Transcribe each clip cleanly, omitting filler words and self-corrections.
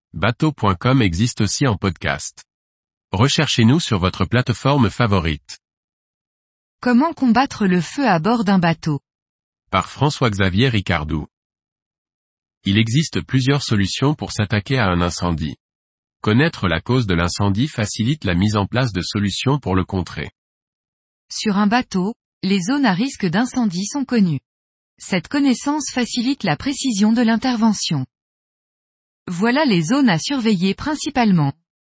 Bateau.com existe aussi en podcast. Recherchez-nous sur votre plateforme favorite. Comment combattre le feu à bord d'un bateau? Par François-Xavier Ricardou. Il existe plusieurs solutions pour s'attaquer à un incendie. Connaître la cause de l'incendie facilite la mise en place de solutions pour le contrer. Sur un bateau, les zones à risque d'incendie sont connues. Cette connaissance facilite la précision de l'intervention. Voilà les zones à surveiller principalement.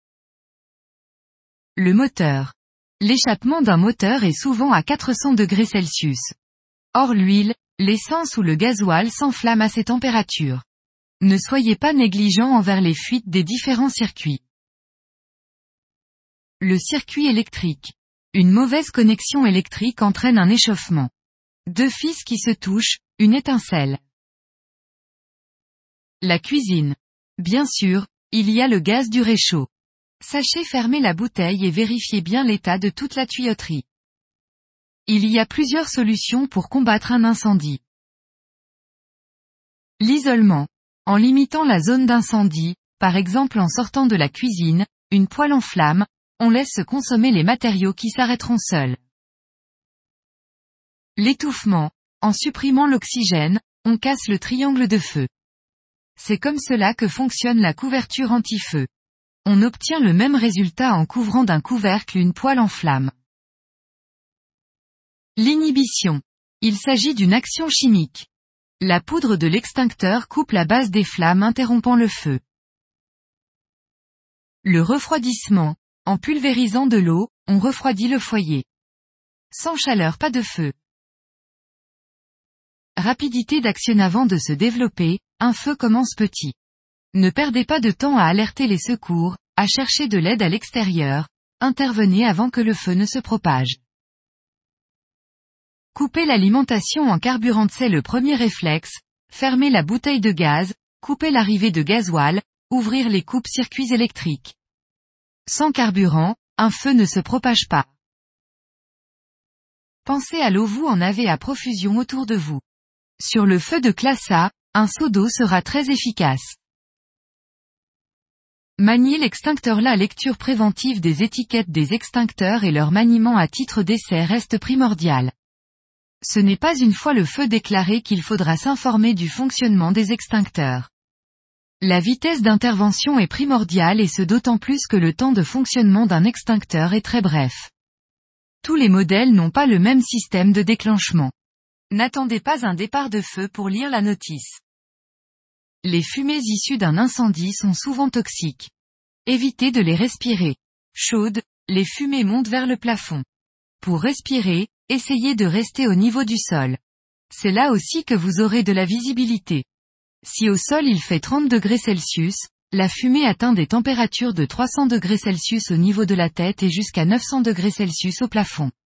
Le moteur. L'échappement d'un moteur est souvent à 400 degrés Celsius. Or l'huile, l'essence ou le gasoil s'enflamment à ces températures. Ne soyez pas négligent envers les fuites des différents circuits. Le circuit électrique. Une mauvaise connexion électrique entraîne un échauffement. Deux fils qui se touchent, une étincelle. La cuisine. Bien sûr, il y a le gaz du réchaud. Sachez fermer la bouteille et vérifiez bien l'état de toute la tuyauterie. Il y a plusieurs solutions pour combattre un incendie. L'isolement. En limitant la zone d'incendie, par exemple en sortant de la cuisine, une poêle en flamme, on laisse consommer les matériaux qui s'arrêteront seuls. L'étouffement. En supprimant l'oxygène, on casse le triangle de feu. C'est comme cela que fonctionne la couverture anti-feu. On obtient le même résultat en couvrant d'un couvercle une poêle en flamme. L'inhibition. Il s'agit d'une action chimique. La poudre de l'extincteur coupe la base des flammes interrompant le feu. Le refroidissement. En pulvérisant de l'eau, on refroidit le foyer. Sans chaleur, pas de feu. Rapidité d'action avant de se développer, un feu commence petit. Ne perdez pas de temps à alerter les secours, à chercher de l'aide à l'extérieur, intervenez avant que le feu ne se propage. Couper l'alimentation en carburant, c'est le premier réflexe, fermer la bouteille de gaz, couper l'arrivée de gasoil, ouvrir les coupes-circuits électriques. Sans carburant, un feu ne se propage pas. Pensez à l'eau, vous en avez à profusion autour de vous. Sur le feu de classe A, un seau d'eau sera très efficace. Manier l'extincteur. La lecture préventive des étiquettes des extincteurs et leur maniement à titre d'essai reste primordial. Ce n'est pas une fois le feu déclaré qu'il faudra s'informer du fonctionnement des extincteurs. La vitesse d'intervention est primordiale et ce d'autant plus que le temps de fonctionnement d'un extincteur est très bref. Tous les modèles n'ont pas le même système de déclenchement. N'attendez pas un départ de feu pour lire la notice. Les fumées issues d'un incendie sont souvent toxiques. Évitez de les respirer. Chaudes, les fumées montent vers le plafond. Pour respirer, essayez de rester au niveau du sol. C'est là aussi que vous aurez de la visibilité. Si au sol il fait 30 degrés Celsius, la fumée atteint des températures de 300 degrés Celsius au niveau de la tête et jusqu'à 900 degrés Celsius au plafond.